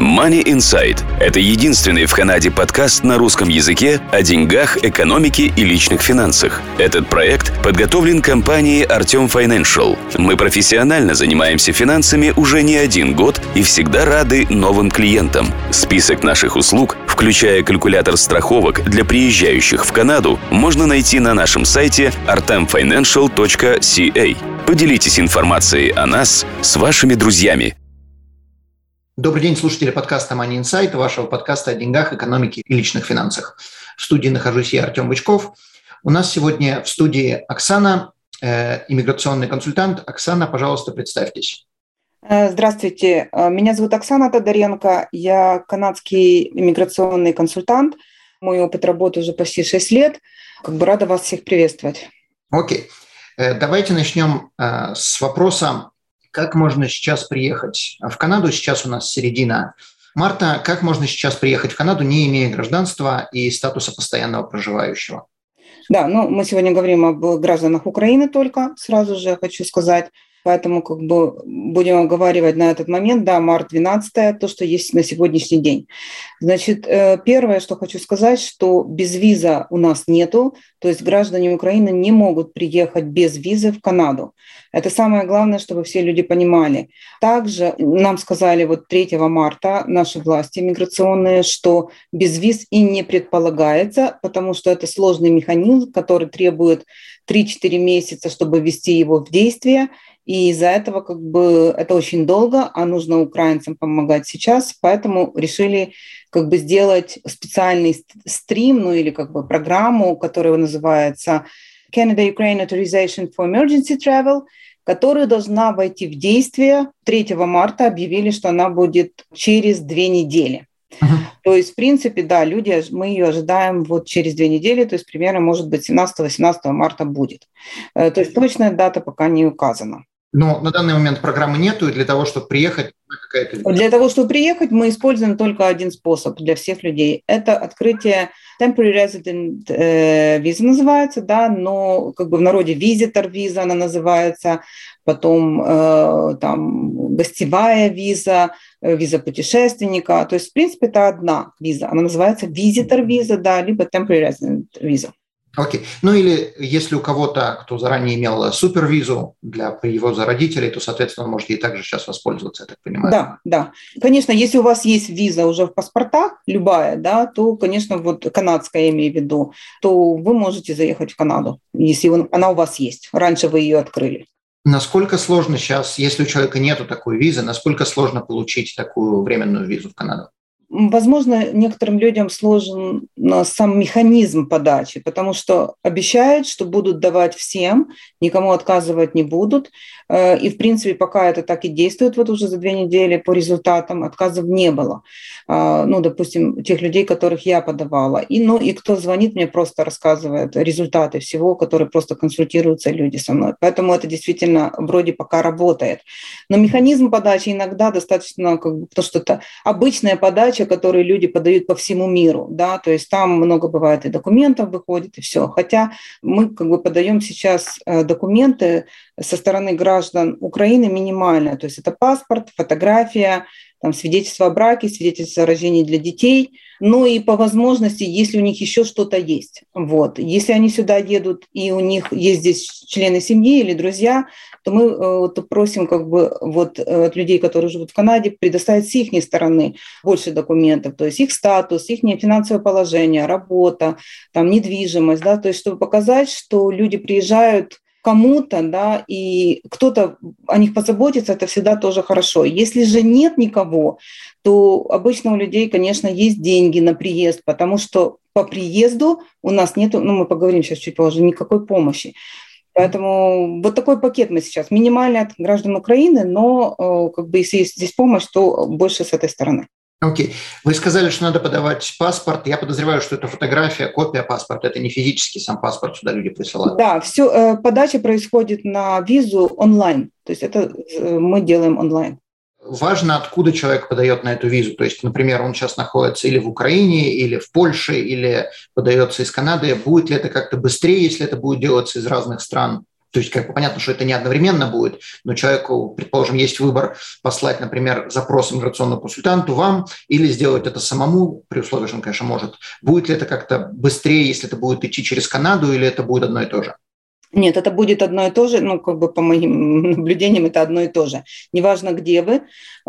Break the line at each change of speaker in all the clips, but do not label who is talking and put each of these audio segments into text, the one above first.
Money Insight – это единственный в Канаде подкаст на русском языке о деньгах, экономике и личных финансах. Этот проект подготовлен компанией Artem Financial. Мы профессионально занимаемся финансами уже не один год и всегда рады новым клиентам. Список наших услуг, включая калькулятор страховок для приезжающих в Канаду, можно найти на нашем сайте artemfinancial.ca. Поделитесь информацией о нас с вашими друзьями.
Добрый день, слушатели подкаста Money Insight, вашего подкаста о деньгах, экономике и личных финансах. В студии нахожусь я, Артем Бычков. У нас сегодня в студии Оксана, иммиграционный консультант. Оксана, пожалуйста, представьтесь.
Здравствуйте, меня зовут Оксана Тодоренко, я канадский иммиграционный консультант. Мой опыт работы уже почти 6 лет. Рада вас всех приветствовать.
Окей. Давайте начнем с вопроса, как можно сейчас приехать в Канаду. Сейчас у нас середина марта. Как можно сейчас приехать в Канаду, не имея гражданства и статуса постоянного проживающего?
Да, мы сегодня говорим об гражданах Украины только, сразу же хочу сказать. Поэтому будем оговаривать на этот момент, да, март 12, то, что есть на сегодняшний день. Значит, первое, что хочу сказать, что без виза у нас нету, то есть граждане Украины не могут приехать без визы в Канаду. Это самое главное, чтобы все люди понимали. Также нам сказали 3 марта наши власти миграционные, что без виз и не предполагается, потому что это сложный механизм, который требует 3-4 месяца, чтобы ввести его в действие. И из-за этого это очень долго, а нужно украинцам помогать сейчас, поэтому решили сделать специальный стрим, или программу, которая называется Canada-Ukraine Authorization for Emergency Travel, которая должна войти в действие. 3 марта объявили, что она будет через 2 недели. То есть, в принципе, да, мы ее ожидаем через 2 недели, то есть примерно, может быть, 17-18 марта будет. То есть точная дата пока не указана.
Но на данный момент программы нету, и для того, чтобы приехать,
Для того, чтобы приехать, мы используем только один способ для всех людей. Это открытие Temporary Resident Visa называется, да, но в народе Visitor виза она называется, потом гостевая виза, виза путешественника. То есть, в принципе, это одна виза. Она называется Visitor виза, да, либо Temporary Resident виза.
Окей. Или если у кого-то, кто заранее имел супервизу для его родителей, то, соответственно, он может ей также сейчас воспользоваться, я так понимаю.
Да. Конечно, если у вас есть виза уже в паспортах, любая, да, то, конечно, канадская, я имею в виду, то вы можете заехать в Канаду, если она у вас есть. Раньше вы ее открыли.
Насколько сложно сейчас, если у человека нету такой визы, насколько сложно получить такую временную визу в Канаду?
Возможно, некоторым людям сложен сам механизм подачи, потому что обещают, что будут давать всем, никому отказывать не будут. И, в принципе, пока это так и действует, уже за 2 недели по результатам отказов не было. Допустим, тех людей, которых я подавала. И кто звонит, мне просто рассказывает результаты всего, которые просто консультируются люди со мной. Поэтому это действительно вроде пока работает. Но механизм подачи иногда достаточно, потому что это обычная подача, которые люди подают по всему миру, да, то есть там много бывает и документов выходит, и все. Хотя мы подаем сейчас документы со стороны граждан Украины минимально, то есть это паспорт, фотография, свидетельство о браке, свидетельство о рождении для детей, и по возможности, если у них еще что-то есть. Если они сюда едут, и у них есть здесь члены семьи или друзья, то мы просим от людей, которые живут в Канаде, предоставить с их стороны больше документов, то есть их статус, их финансовое положение, работа, недвижимость, да, то есть чтобы показать, что люди приезжают кому-то, да, и кто-то о них позаботится, это всегда тоже хорошо. Если же нет никого, то обычно у людей, конечно, есть деньги на приезд, потому что по приезду у нас нету, мы поговорим сейчас чуть позже, никакой помощи. Поэтому такой пакет мы сейчас, минимальный от граждан Украины, но если есть здесь помощь, то больше с этой стороны.
Окей. Вы сказали, что надо подавать паспорт. Я подозреваю, что это фотография, копия паспорта. Это не физически сам паспорт сюда люди присылают.
Да, подача происходит на визу онлайн. То есть это мы делаем онлайн.
Важно, откуда человек подает на эту визу. То есть, например, он сейчас находится или в Украине, или в Польше, или подается из Канады. Будет ли это как-то быстрее, если это будет делаться из разных стран? То есть как бы понятно, что это не одновременно будет, но человеку, предположим, есть выбор послать, например, запрос иммиграционному консультанту вам или сделать это самому, при условии, что он, конечно, может. Будет ли это как-то быстрее, если это будет идти через Канаду, или это будет одно и то же?
Нет, это будет одно и то же, по моим наблюдениям, это одно и то же. Неважно, где вы.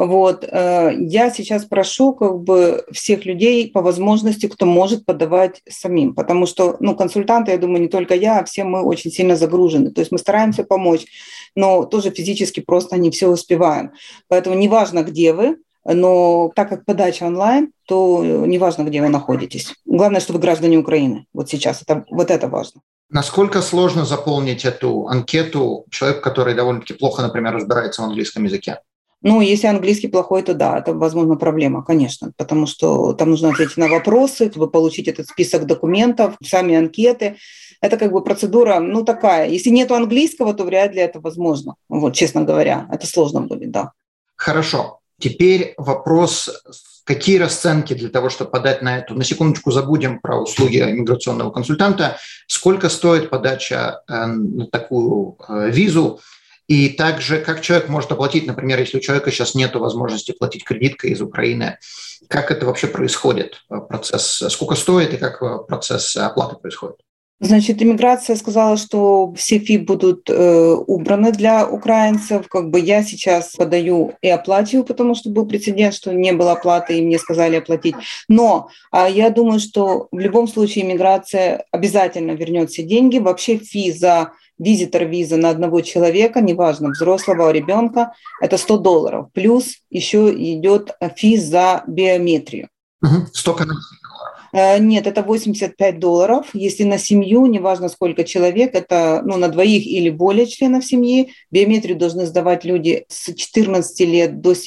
Я сейчас прошу всех людей по возможности, кто может подавать самим, потому что консультанты, я думаю, не только я, а все мы очень сильно загружены. То есть мы стараемся помочь, но тоже физически просто не все успеваем. Поэтому неважно, где вы, но так как подача онлайн, то неважно, где вы находитесь. Главное, что вы граждане Украины. Вот сейчас это важно.
Насколько сложно заполнить эту анкету человеку, который довольно-таки плохо, например, разбирается в английском языке?
Если английский плохой, то да, это, возможно, проблема, конечно, потому что там нужно ответить на вопросы, чтобы получить этот список документов, сами анкеты. Это процедура, такая. Если нету английского, то вряд ли это возможно. Честно говоря, это сложно будет, да.
Хорошо. Теперь вопрос, какие расценки для того, чтобы подать на секундочку забудем про услуги иммиграционного консультанта, сколько стоит подача на такую визу, и также как человек может оплатить, например, если у человека сейчас нет возможности платить кредиткой из Украины, как это вообще происходит, процесс, сколько стоит и как процесс оплаты происходит?
Значит, иммиграция сказала, что все фи будут убраны для украинцев. Я сейчас подаю и оплачиваю, потому что был прецедент, что не было оплаты, и мне сказали оплатить. Но я думаю, что в любом случае иммиграция обязательно вернет все деньги. Вообще фи за визитор-виза на одного человека, неважно, взрослого ребенка, это $100. Плюс еще идет фи за биометрию.
100 канадских.
Нет, это $85. Если на семью, неважно сколько человек, это на двоих или более членов семьи, биометрию должны сдавать люди с 14 лет до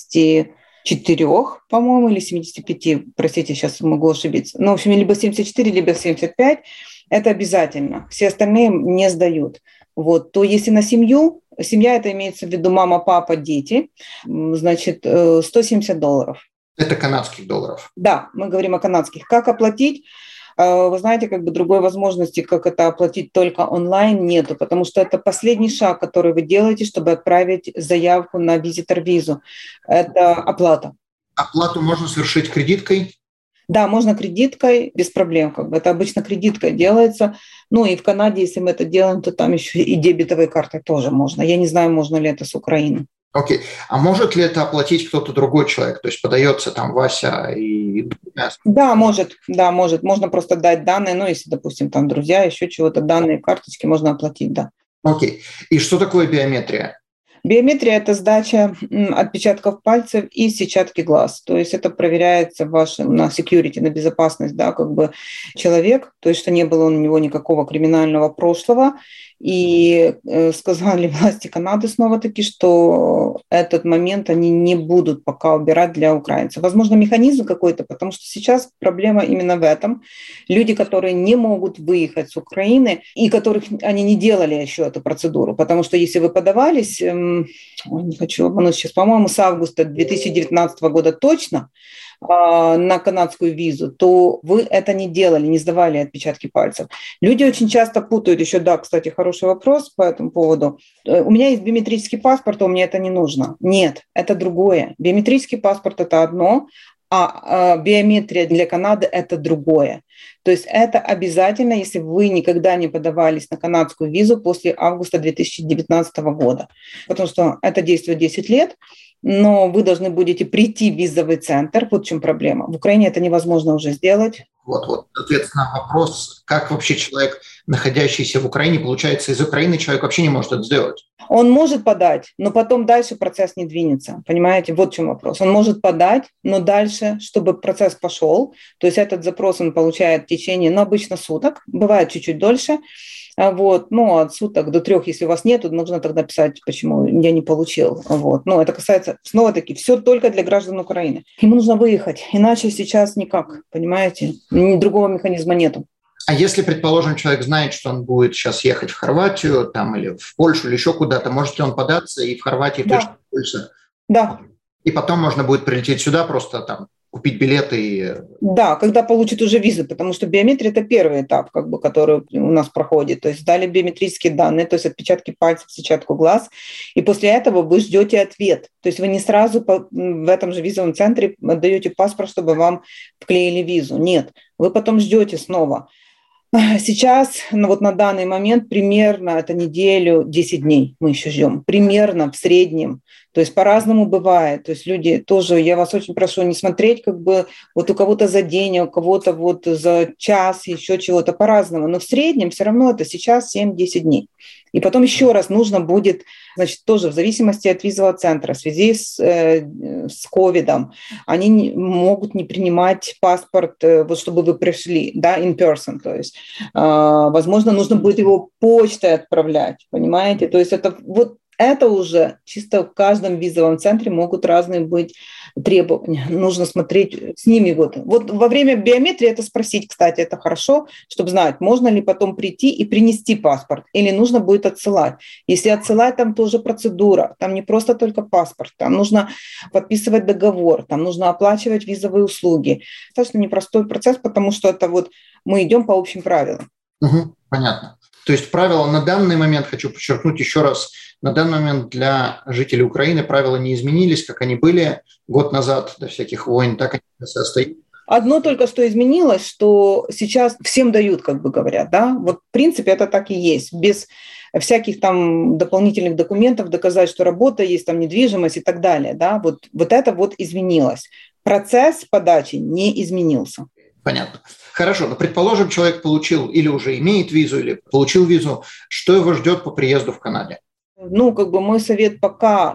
74, по-моему, или 75, простите, сейчас могу ошибиться. В общем, либо 74, либо 75, это обязательно. Все остальные не сдают. То если на семью, семья это имеется в виду мама, папа, дети, значит, $170.
Это канадских долларов.
Да, мы говорим о канадских. Как оплатить? Вы знаете, другой возможности, как это оплатить только онлайн, нету, потому что это последний шаг, который вы делаете, чтобы отправить заявку на визитор-визу. Это оплата.
Оплату можно совершить кредиткой?
Да, можно кредиткой, без проблем. Это обычно кредиткой делается. И в Канаде, если мы это делаем, то там еще и дебетовой картой тоже можно. Я не знаю, можно ли это с Украины.
Окей. А может ли это оплатить кто-то другой человек? То есть подается там Вася и...
Да, может. Можно просто дать данные, если, допустим, там друзья, еще чего-то, данные, карточки можно оплатить, да.
Окей. И что такое биометрия?
Биометрия – это сдача отпечатков пальцев и сетчатки глаз. То есть это проверяется на security, на безопасность, человек, то есть что не было у него никакого криминального прошлого. И сказали власти Канады снова-таки, что этот момент они не будут пока убирать для украинцев. Возможно, механизм какой-то, потому что сейчас проблема именно в этом. Люди, которые не могут выехать с Украины и которых они не делали еще эту процедуру, потому что если вы подавались, не хочу обмануть сейчас, по-моему, с августа 2019 года точно, на канадскую визу, то вы это не делали, не сдавали отпечатки пальцев. Люди очень часто путают еще, да, кстати, хороший вопрос по этому поводу. У меня есть биометрический паспорт, а мне это не нужно. Нет, это другое. Биометрический паспорт – это одно, а биометрия для Канады – это другое. То есть это обязательно, если вы никогда не подавались на канадскую визу после августа 2019 года, потому что это действует 10 лет, но вы должны будете прийти в визовый центр. Вот в чем проблема. В Украине это невозможно уже сделать.
Соответственно, вопрос, как вообще человек, находящийся в Украине, получается, из Украины человек вообще не может это сделать?
Он может подать, но потом дальше процесс не двинется. Понимаете, вот в чем вопрос. Он может подать, но дальше, чтобы процесс пошел, то есть этот запрос он получает в течение, обычно суток, бывает чуть-чуть дольше, от суток до 3, если у вас нет, нужно тогда писать, почему я не получил. Это касается, снова-таки, все только для граждан Украины. Ему нужно выехать, иначе сейчас никак, понимаете, другого механизма нету.
А если, предположим, человек знает, что он будет сейчас ехать в Хорватию или в Польшу, или еще куда-то, может ли он податься и в Хорватии,
да.
точно в Польше?
Да.
И потом можно будет прилететь сюда, просто купить билеты.
Да, когда получат уже визы, потому что биометрия – это первый этап, который у нас проходит. То есть дали биометрические данные, то есть отпечатки пальцев, сетчатку глаз, и после этого вы ждете ответ. То есть вы не сразу в этом же визовом центре отдаете паспорт, чтобы вам вклеили визу. Нет, вы потом ждете снова. Сейчас, на данный момент, примерно это неделю, 10 дней мы еще ждем. Примерно в среднем. То есть по-разному бывает. То есть люди тоже, я вас очень прошу не смотреть, у кого-то за день, а у кого-то за час, еще чего-то по-разному. Но в среднем все равно это сейчас 7-10 дней. И потом еще раз нужно будет, тоже в зависимости от визового центра, в связи с ковидом, они могут не принимать паспорт, чтобы вы пришли, in person. То есть, возможно, нужно будет его почтой отправлять, понимаете? То есть это уже чисто в каждом визовом центре могут разные быть требования. Нужно смотреть с ними. Во время биометрии это спросить, кстати, это хорошо, чтобы знать, можно ли потом прийти и принести паспорт, или нужно будет отсылать. Если отсылать, там тоже процедура, там не просто только паспорт, там нужно подписывать договор, там нужно оплачивать визовые услуги. Достаточно непростой процесс, потому что это мы идем по общим правилам.
Понятно. То есть правила на данный момент, хочу подчеркнуть еще раз, на данный момент для жителей Украины правила не изменились, как они были год назад до всяких войн, так они сейчас остаются.
Одно только что изменилось, что сейчас всем дают, говорят, да, в принципе это так и есть, без всяких там дополнительных документов доказать, что работа есть, там недвижимость и так далее, да, это изменилось. Процесс подачи не изменился.
Понятно. Хорошо, но предположим, человек получил или уже имеет визу, или получил визу, что его ждет по приезду в Канаде?
Мой совет, пока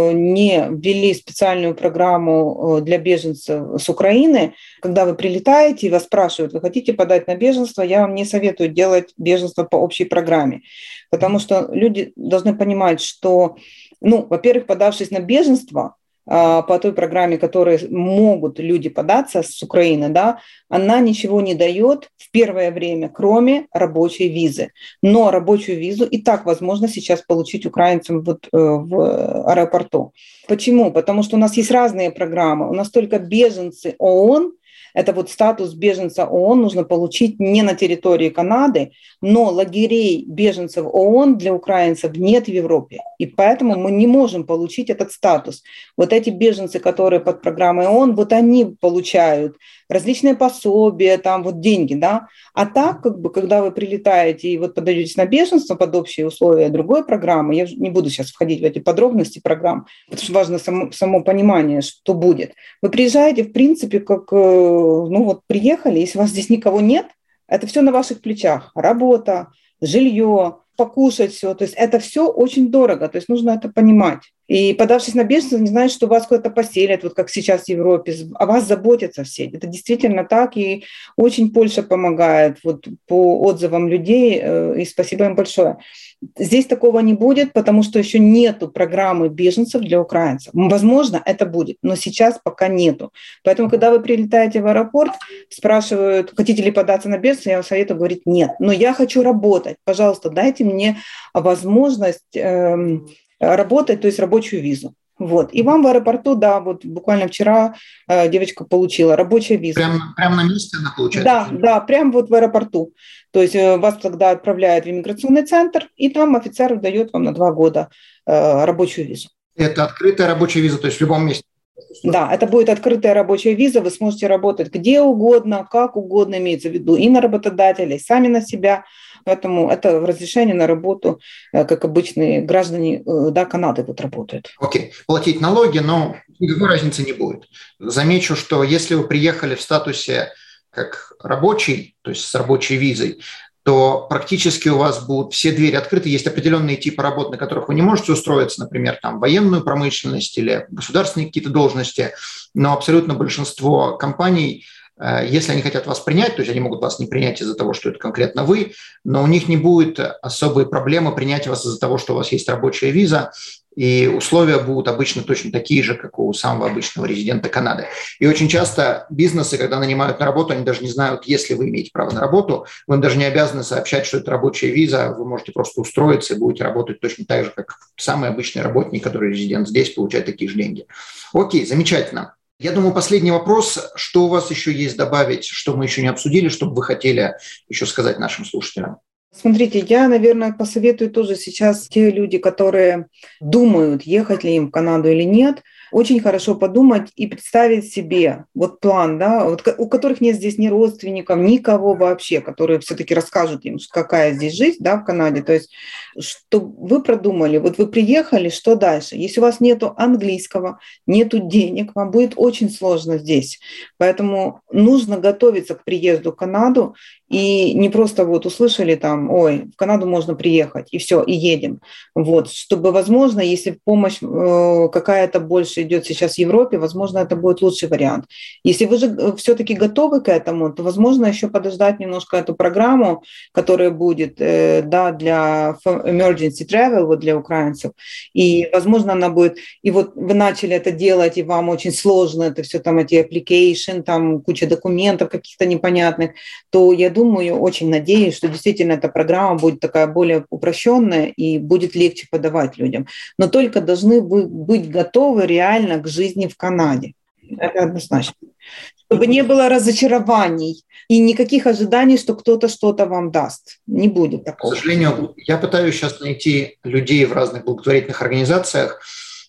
не ввели специальную программу для беженцев с Украины, когда вы прилетаете и вас спрашивают, вы хотите подать на беженство, я вам не советую делать беженство по общей программе, потому что люди должны понимать, что, во-первых, подавшись на беженство, по той программе, которой могут люди податься с Украины, да, она ничего не дает в первое время, кроме рабочей визы. Но рабочую визу и так возможно сейчас получить украинцам в аэропорту. Почему? Потому что у нас есть разные программы. У нас только беженцы ООН. Это статус беженца ООН нужно получить не на территории Канады, но лагерей беженцев ООН для украинцев нет в Европе. И поэтому мы не можем получить этот статус. Эти беженцы, которые под программой ООН, они получают различные пособия, деньги, да. А так, когда вы прилетаете и подаетесь на беженство под общие условия другой программы, я не буду сейчас входить в эти подробности программ, потому что важно само понимание, что будет. Вы приезжаете, в принципе, приехали, если у вас здесь никого нет, это все на ваших плечах. Работа, жилье, покушать все. То есть это все очень дорого, то есть нужно это понимать. И подавшись на беженство, не знают, что вас куда-то поселят, как сейчас в Европе, о вас заботятся все. Это действительно так, и очень Польша помогает по отзывам людей, и спасибо им большое. Здесь такого не будет, потому что еще нету программы беженцев для украинцев. Возможно, это будет, но сейчас пока нету. Поэтому, когда вы прилетаете в аэропорт, спрашивают, хотите ли податься на беженство, я вам советую говорить нет. Но я хочу работать, пожалуйста, дайте мне возможность работать, то есть рабочую визу. И вам в аэропорту, буквально вчера девочка получила рабочую визу.
Прямо на месте она получает?
Да, прямо в аэропорту. То есть вас тогда отправляют в иммиграционный центр, и там офицер дает вам на 2 года рабочую визу.
Это открытая рабочая виза, то есть в любом месте?
Да, это будет открытая рабочая виза, вы сможете работать где угодно, как угодно, имеется в виду и на работодателя, и сами на себя. Поэтому это разрешение на работу, как обычные граждане Канады работают.
Окей. Платить налоги, но никакой разницы не будет. Замечу, что если вы приехали в статусе как рабочий, то есть с рабочей визой, то практически у вас будут все двери открыты. Есть определенные типы работ, на которых вы не можете устроиться, например, военную промышленность или государственные какие-то должности, но абсолютно большинство компаний, если они хотят вас принять, то есть они могут вас не принять из-за того, что это конкретно вы, но у них не будет особой проблемы принять вас из-за того, что у вас есть рабочая виза, и условия будут обычно точно такие же, как у самого обычного резидента Канады. И очень часто бизнесы, когда нанимают на работу, они даже не знают, если вы имеете право на работу, вы им даже не обязаны сообщать, что это рабочая виза, вы можете просто устроиться и будете работать точно так же, как самый обычный работник, который резидент здесь, получает такие же деньги. Окей, замечательно. Я думаю, последний вопрос. Что у вас еще есть добавить, что мы еще не обсудили, что бы вы хотели еще сказать нашим слушателям?
Смотрите, я, наверное, посоветую тоже сейчас те люди, которые думают, ехать ли им в Канаду или нет, очень хорошо подумать и представить себе вот план, да, вот, у которых нет здесь ни родственников, никого вообще, которые все-таки расскажут им, какая здесь жизнь, да, в Канаде. То есть, чтобы вы продумали, вот вы приехали, что дальше? Если у вас нету английского, нету денег, вам будет очень сложно здесь. Поэтому нужно готовиться к приезду в Канаду и не просто вот услышали там, ой, в Канаду можно приехать, и все, и едем. Вот, чтобы, возможно, если помощь какая-то больше идет сейчас в Европе, возможно, это будет лучший вариант. Если вы же все-таки готовы к этому, то, возможно, еще подождать немножко эту программу, которая будет, да, для emergency travel, вот для украинцев, и, возможно, она будет, и вот вы начали это делать, и вам очень сложно, это все там эти application, там куча документов каких-то непонятных, то я думаю, очень надеюсь, что действительно эта программа будет такая более упрощенная и будет легче подавать людям. Но только должны быть готовы реально к жизни в Канаде. Это однозначно. Чтобы не было разочарований и никаких ожиданий, что кто-то что-то вам даст. Не будет такого.
К сожалению, я пытаюсь сейчас найти людей в разных благотворительных организациях.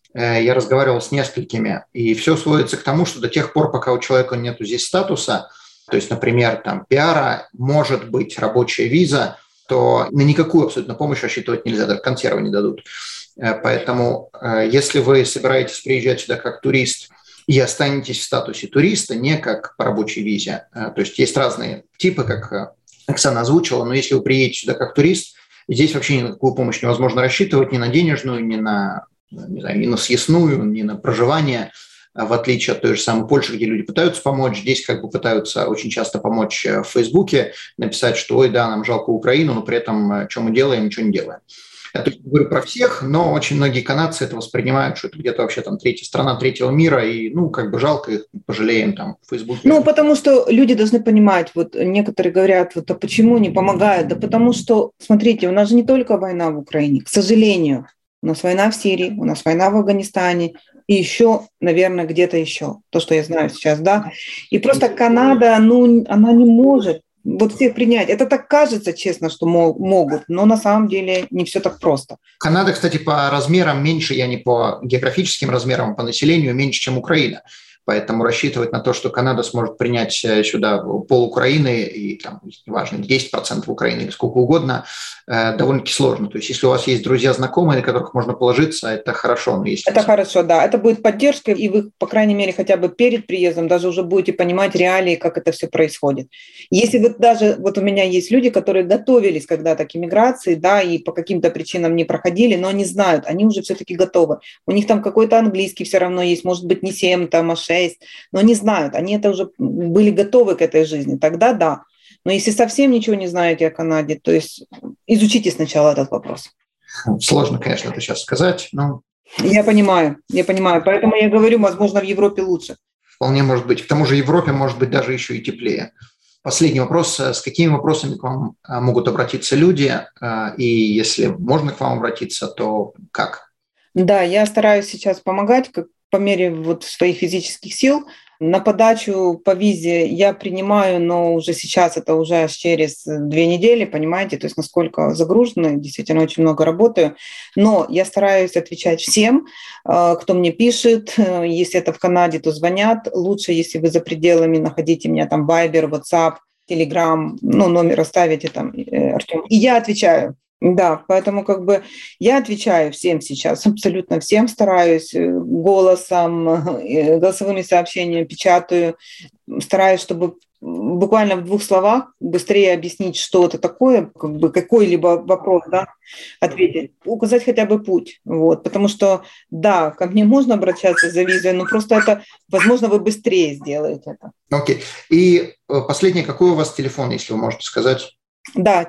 Я разговаривал с несколькими, и все сводится к тому, что до тех пор, пока у человека нет здесь статуса, то есть, например, там пиара, может быть рабочая виза, то на никакую абсолютно помощь рассчитывать нельзя, даже консервы не дадут. Поэтому если вы собираетесь приезжать сюда как турист и останетесь в статусе туриста, не как по рабочей визе, то есть есть разные типы, как Оксана озвучила, но если вы приедете сюда как турист, здесь вообще ни на какую помощь невозможно рассчитывать, ни на денежную, ни на, не знаю, ни на съестную, ни на проживание. В отличие от той же самой Польши, где люди пытаются помочь, здесь как бы пытаются очень часто помочь в Фейсбуке, написать, что ой, да, нам жалко Украину, но при этом что мы делаем, ничего не делаем. Я тут говорю про всех, но очень многие канадцы это воспринимают, что это где-то вообще там третья страна третьего мира, и ну как бы жалко их, пожалеем там в Фейсбуке.
Ну, потому что люди должны понимать, вот некоторые говорят, вот, а почему не помогают? Да потому что, смотрите, у нас же не только война в Украине, к сожалению. У нас война в Сирии, у нас война в Афганистане, и еще, наверное, где-то еще, то, что я знаю сейчас, да. И просто Канада, ну, она не может вот всех принять. Это так кажется, честно, что могут, но на самом деле не все так просто.
Канада, кстати, по размерам меньше, я не по географическим размерам, а по населению меньше, чем Украина. Поэтому рассчитывать на то, что Канада сможет принять сюда пол Украины и, там, неважно, 10% Украины или сколько угодно, довольно-таки сложно. То есть если у вас есть друзья, знакомые, на которых можно положиться, это хорошо. Но если...
Это хорошо, да. Это будет поддержка, и вы, по крайней мере, хотя бы перед приездом даже уже будете понимать реалии, как это все происходит. Если вот даже, вот у меня есть люди, которые готовились когда-то к иммиграции, да, и по каким-то причинам не проходили, но они знают, они уже все-таки готовы. У них там какой-то английский все равно есть, может быть, не 7, там, а 6, но они знают, они это уже были готовы к этой жизни, тогда да. Но если совсем ничего не знаете о Канаде, то есть изучите сначала этот вопрос.
Сложно, конечно, это сейчас сказать, но...
Я понимаю, поэтому я говорю, возможно, в Европе лучше.
Вполне может быть. К тому же в Европе может быть даже еще и теплее. Последний вопрос. С какими вопросами к вам могут обратиться люди? И если можно к вам обратиться, то как?
Да, я стараюсь сейчас помогать, по мере вот своих физических сил. На подачу по визе я принимаю, но уже сейчас это уже через 2 недели, понимаете, то есть насколько загружено, действительно очень много работаю. Но я стараюсь отвечать всем, кто мне пишет. Если это в Канаде, то звонят. Лучше, если вы за пределами, находите меня там Viber, WhatsApp, Telegram, ну, номер оставите там, Артем. И я отвечаю. Да, поэтому как бы я отвечаю всем сейчас, абсолютно всем стараюсь, голосом, голосовыми сообщениями печатаю, стараюсь, чтобы буквально в 2 словах быстрее объяснить, что это такое, как бы какой-либо вопрос, да, ответить, указать хотя бы путь, вот, потому что, да, ко мне можно обращаться за визой, но просто это, возможно, вы быстрее сделаете это.
Окей. И последнее, какой у вас телефон, если вы можете сказать?
Да,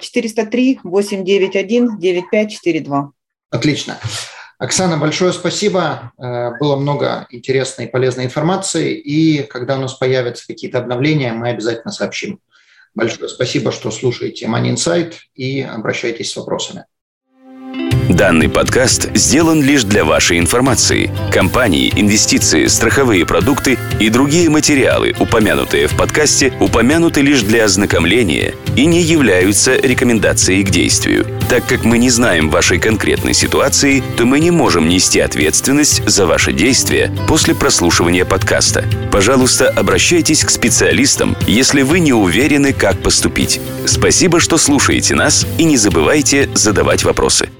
403-891-9542.
Отлично. Оксана, большое спасибо. Было много интересной и полезной информации. И когда у нас появятся какие-то обновления, мы обязательно сообщим. Большое спасибо, что слушаете Money Insight и обращайтесь с вопросами.
Данный подкаст сделан лишь для вашей информации. Компании, инвестиции, страховые продукты и другие материалы, упомянутые в подкасте, упомянуты лишь для ознакомления и не являются рекомендацией к действию. Так как мы не знаем вашей конкретной ситуации, то мы не можем нести ответственность за ваши действия после прослушивания подкаста. Пожалуйста, обращайтесь к специалистам, если вы не уверены, как поступить. Спасибо, что слушаете нас, и не забывайте задавать вопросы.